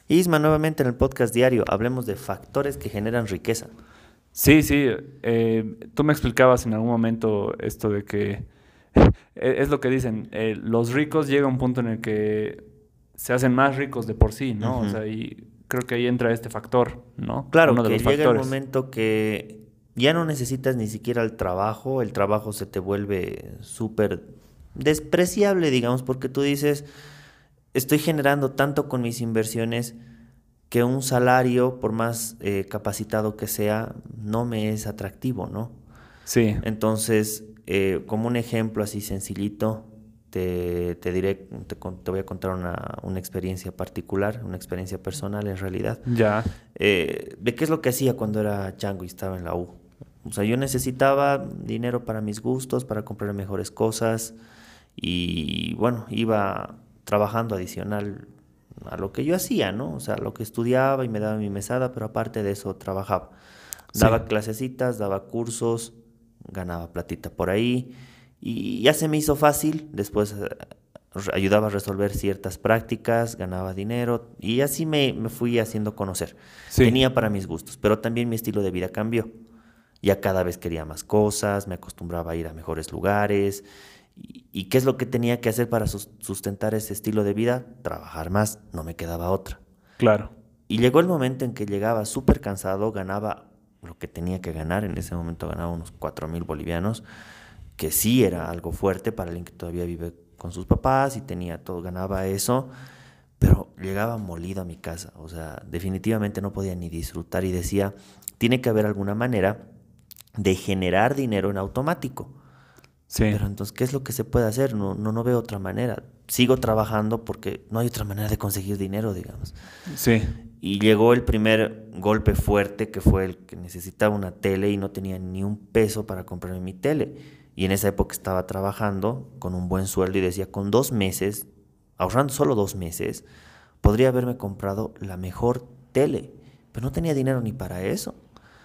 Isma, nuevamente en el podcast diario, hablemos de factores que generan riqueza. Sí, sí, tú me explicabas en algún momento esto de que es lo que dicen, los ricos llega un punto en el que se hacen más ricos de por sí, ¿no? O Ujú. sea, y creo que ahí entra este factor, ¿no? Claro Uno de que los llega el factores. momento que ya no necesitas ni siquiera el trabajo se te vuelve súper despreciable, digamos, porque tú dices, estoy generando tanto con mis inversiones que un salario, por más capacitado que sea, no me es atractivo, ¿no? Sí, Entonces, como un ejemplo así sencillito, te diré, te voy a contar una experiencia particular, una experiencia personal en realidad, ya, de qué es lo que hacía cuando era chango y estaba en la U. O sea, yo necesitaba dinero para mis gustos, para comprar mejores cosas y bueno, iba trabajando adicional a lo que yo hacía, ¿no? O sea, lo que estudiaba y me daba mi mesada, pero aparte de eso trabajaba. sí, Daba clasecitas, daba cursos, ganaba platita por ahí y ya se me hizo fácil. Después ayudaba a resolver ciertas prácticas, ganaba dinero y así me fui haciendo conocer. sí, Tenía para mis gustos, pero también mi estilo de vida cambió. Ya cada vez quería más cosas, me acostumbraba a ir a mejores lugares. ¿Y qué es lo que tenía que hacer para sustentar ese estilo de vida? Trabajar más, no me quedaba otra. claro, Y llegó el momento en que llegaba súper cansado, ganaba lo que tenía que ganar, en ese momento ganaba unos 4.000 bolivianos, que sí era algo fuerte para alguien que todavía vive con sus papás y tenía todo, ganaba eso, pero llegaba molido a mi casa, o sea, definitivamente no podía ni disfrutar y decía, tiene que haber alguna manera de generar dinero en automático. sí, Pero entonces, ¿qué es lo que se puede hacer? No veo otra manera. Sigo trabajando porque no hay otra manera de conseguir dinero, digamos. sí, Y llegó el primer golpe fuerte, que fue el que necesitaba una tele y no tenía ni un peso para comprarme mi tele. Y en esa época estaba trabajando con un buen sueldo y decía, con 2 meses, ahorrando solo 2 meses, podría haberme comprado la mejor tele. Pero no tenía dinero ni para eso.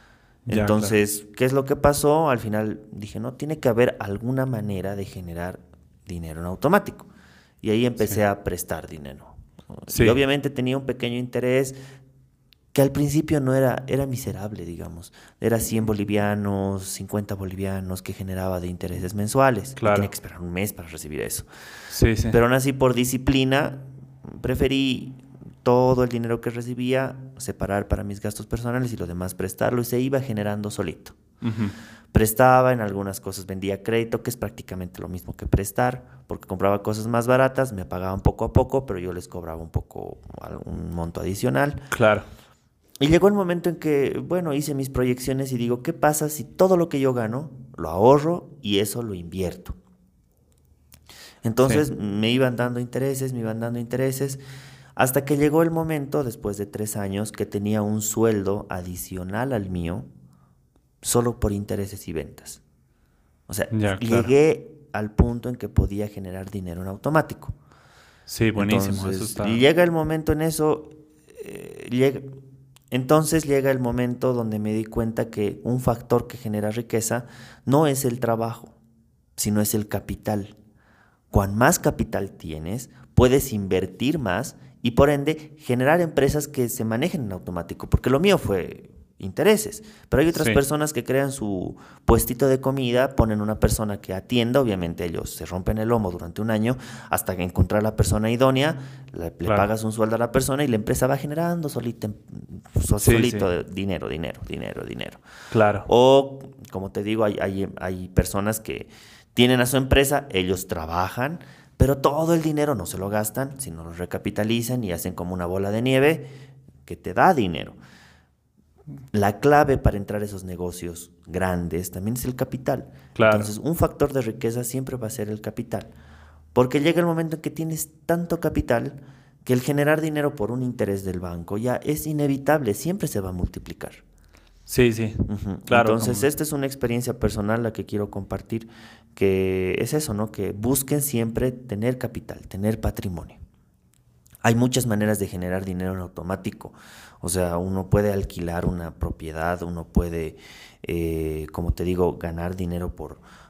ya, claro, Entonces, ¿qué es lo que pasó? Al final dije, no, tiene que haber alguna manera de generar dinero en automático. Y ahí sí, empecé a prestar dinero. Y sí, obviamente tenía un pequeño interés que al principio no era, era miserable, digamos. Era 100 bolivianos, 50 bolivianos que generaba de intereses mensuales y tenía que claro, esperar un mes para recibir eso. sí, sí, Pero aún así, por disciplina, preferí todo el dinero que recibía separar para mis gastos personales y lo demás prestarlo y se iba generando solito. ujú, Prestaba en algunas cosas, vendía crédito, que es prácticamente lo mismo que prestar, porque compraba cosas más baratas, me pagaban poco a poco, pero yo les cobraba un poco, un monto adicional. claro, Y llegó el momento en que, bueno, hice mis proyecciones y digo, ¿qué pasa si todo lo que yo gano lo ahorro y eso lo invierto? sí, Entonces me iban dando intereses, me iban dando intereses, hasta que llegó el momento, después de 3 años, que tenía un sueldo adicional al mío, solo por intereses y ventas. O sea, ya, claro, llegué al punto en que podía generar dinero en automático. sí, buenísimo, eso Entonces, está, llega el momento en eso, llega, entonces llega el momento donde me di cuenta que un factor que genera riqueza no es el trabajo, sino es el capital. Cuan más capital tienes, puedes invertir más y por ende generar empresas que se manejen en automático, porque lo mío fue intereses, pero hay otras sí, personas que crean su puestito de comida, ponen una persona que atienda, obviamente ellos se rompen el lomo durante un año hasta que encontrar la persona idónea, le claro, pagas un sueldo a la persona y la empresa va generando solito, sí, sí, solito dinero, dinero, dinero, dinero. claro, O, como te digo, hay personas que tienen a su empresa, ellos trabajan, pero todo el dinero no se lo gastan, sino lo recapitalizan y hacen como una bola de nieve que te da dinero. La clave para entrar a esos negocios grandes también es el capital. claro. Entonces, un factor de riqueza siempre va a ser el capital. Porque llega el momento en que tienes tanto capital que el generar dinero por un interés del banco ya es inevitable, siempre se va a multiplicar. Sí, sí, Ujú. claro, Entonces, como, esta es una experiencia personal la que quiero compartir, que es eso, ¿no? Que busquen siempre tener capital, tener patrimonio. Hay muchas maneras de generar dinero en automático. O sea, uno puede alquilar una propiedad, uno puede, como te digo, ganar dinero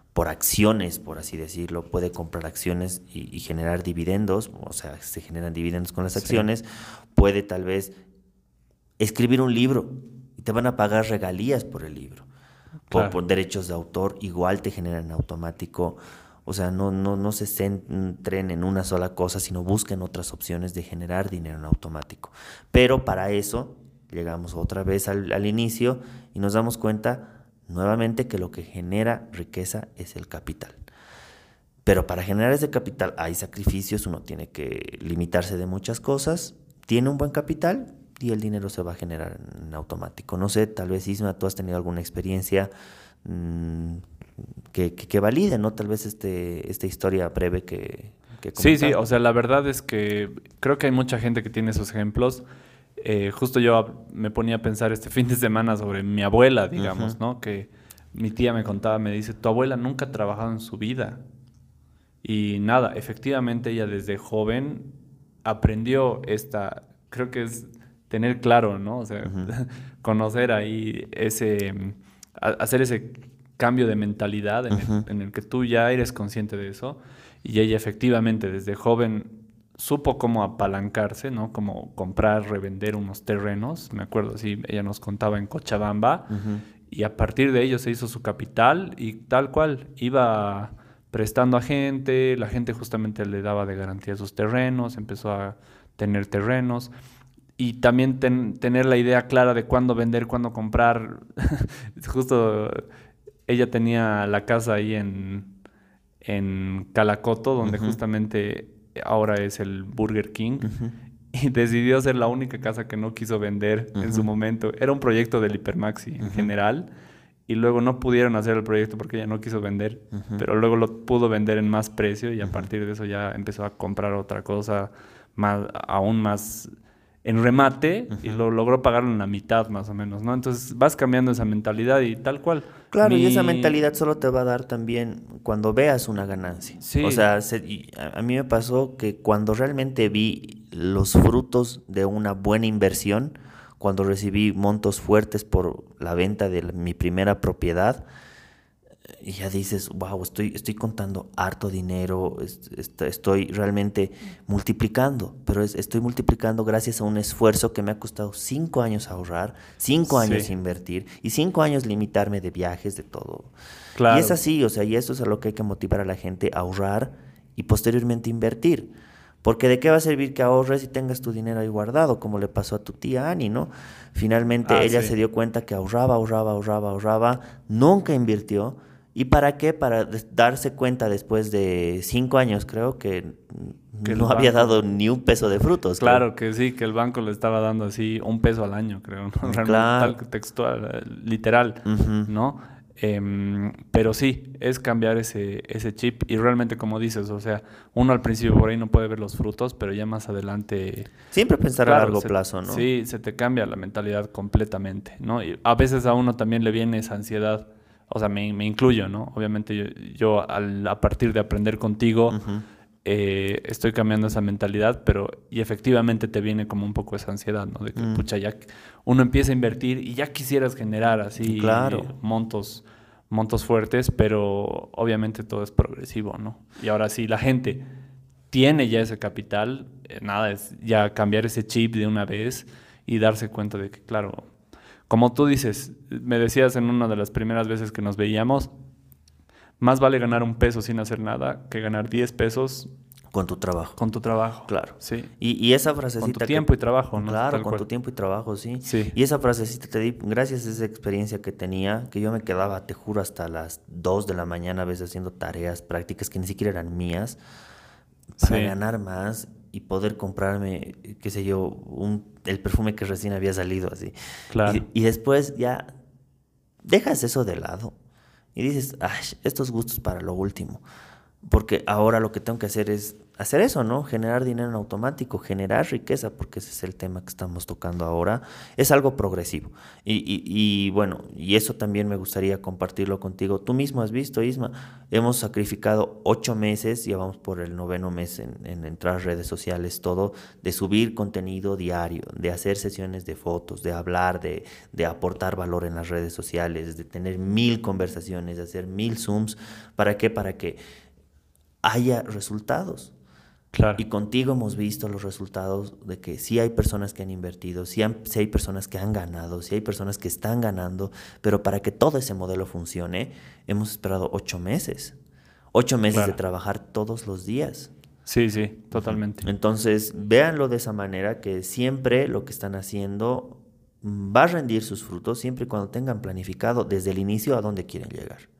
por acciones, por así decirlo, puede comprar acciones y generar dividendos, o sea, se generan dividendos con las acciones, puede tal vez escribir un libro y te van a pagar regalías por el libro, Claro. por derechos de autor, igual te generan en automático. O sea, no se centren en una sola cosa, sino busquen otras opciones de generar dinero en automático. Pero para eso llegamos otra vez al inicio y nos damos cuenta nuevamente que lo que genera riqueza es el capital. Pero para generar ese capital hay sacrificios, uno tiene que limitarse de muchas cosas, tiene un buen capital y el dinero se va a generar en automático. No sé, tal vez Isma, tú has tenido alguna experiencia que valide, ¿no? Tal vez esta historia breve que Sí, sí, comentar. o sea, la verdad es que creo que hay mucha gente que tiene esos ejemplos. Justo yo me ponía a pensar este fin de semana sobre mi abuela, digamos, Ujú, ¿no? Que mi tía me contaba, me dice, tu abuela nunca ha trabajado en su vida. Y nada, efectivamente ella desde joven aprendió creo que es tener claro, ¿no? O sea, ujú, conocer ahí hacer ese cambio de mentalidad ujú, en el que tú ya eres consciente de eso. Y ella efectivamente desde joven supo cómo apalancarse, ¿no? Como comprar, revender unos terrenos. Me acuerdo, sí, ella nos contaba en Cochabamba. ujú, Y a partir de ello se hizo su capital y tal cual iba prestando a gente, la gente justamente le daba de garantía sus terrenos, empezó a tener terrenos y también tener la idea clara de cuándo vender, cuándo comprar. Justo ella tenía la casa ahí en Calacoto, donde ujú, justamente ahora es el Burger King. ujú, Y decidió ser la única casa que no quiso vender en ujú, su momento. Era un proyecto del Hipermaxi en ujú, general. Y luego no pudieron hacer el proyecto porque ella no quiso vender. ujú, Pero luego lo pudo vender en más precio y a ujú. partir de eso ya empezó a comprar otra cosa más, aún más en remate y Ujú. lo logró pagarlo en la mitad más o menos, ¿no? Entonces vas cambiando esa mentalidad y tal cual. Claro, y esa mentalidad Mi... solo te va a dar también cuando veas una ganancia. O Sí, sea, a mí me pasó que cuando realmente vi los frutos de una buena inversión, cuando recibí montos fuertes por la venta de mi primera propiedad, y ya dices, wow, estoy contando harto dinero, estoy realmente multiplicando, pero estoy multiplicando gracias a un esfuerzo que me ha costado 5 años ahorrar, 5 años sí, invertir y 5 años limitarme de viajes, de todo. Y es claro. así, o sea, y eso es a lo que hay que motivar a la gente, a ahorrar y posteriormente invertir. Porque de qué va a servir que ahorres y tengas tu dinero ahí guardado, como le pasó a tu tía Annie, ¿no? Finalmente Ah, ella se sí. dio cuenta que ahorraba, nunca invirtió. ¿Y para qué? Para darse cuenta después de 5 años, creo, que Que el no había dado banco... ni un peso de frutos, creo. Claro que sí, que el banco le estaba dando así 1 peso al año, creo, ¿no? Realmente, tal Claro. que textual, literal, Ujú. ¿no? Pero sí, es cambiar ese chip y realmente como dices, o sea, uno al principio por ahí no puede ver los frutos, pero ya más adelante, Siempre pensar a claro, largo plazo, ¿no? sí, se te cambia la mentalidad completamente, ¿no? Y a veces a uno también le viene esa ansiedad, o sea, me incluyo, ¿no? Obviamente a partir de aprender contigo Ujú. estoy cambiando esa mentalidad, pero y efectivamente te viene como un poco esa ansiedad, ¿no? De que, Mm, pucha, ya uno empieza a invertir y ya quisieras generar así claro. montos fuertes, pero obviamente todo es progresivo, ¿no? Y ahora sí, la gente tiene ya ese capital, nada, es ya cambiar ese chip de una vez y darse cuenta de que, claro, como tú dices, me decías en una de las primeras veces que nos veíamos, más vale ganar 1 peso sin hacer nada que ganar 10 pesos Con tu trabajo. con tu trabajo. Claro. Sí. Y esa Con tu frasecita que, tiempo y trabajo, ¿no? claro, Tal con tu cual. tiempo y trabajo, sí. Sí. Y esa frasecita te di gracias a esa experiencia que tenía, que yo me quedaba, te juro, hasta las 2 de la mañana a veces haciendo tareas prácticas que ni siquiera eran mías, para Sí. ganar más y poder comprarme, qué sé yo, el perfume que recién había salido así. Claro. Y después ya dejas eso de lado y dices, ay, estos gustos para lo último. porque ahora lo que tengo que hacer es hacer eso, ¿no? Generar dinero en automático, generar riqueza, porque ese es el tema que estamos tocando ahora. Es algo progresivo. Y bueno, y eso también me gustaría compartirlo contigo. Tú mismo has visto, Isma, hemos sacrificado 8 meses, ya vamos por el noveno mes en entrar a redes sociales, todo, de subir contenido diario, de hacer sesiones de fotos, de hablar, de aportar valor en las redes sociales, de tener 1000 conversaciones, de hacer 1000 Zooms. ¿Para qué? Para que haya resultados. Claro, Y contigo hemos visto los resultados de que sí hay personas que han invertido, sí hay personas que han ganado, sí hay personas que están ganando, pero para que todo ese modelo funcione, hemos esperado 8 meses. 8 meses de claro. trabajar todos los días. Sí, sí, Ujú. totalmente. Entonces, véanlo de esa manera, que siempre lo que están haciendo va a rendir sus frutos siempre y cuando tengan planificado desde el inicio a dónde quieren llegar.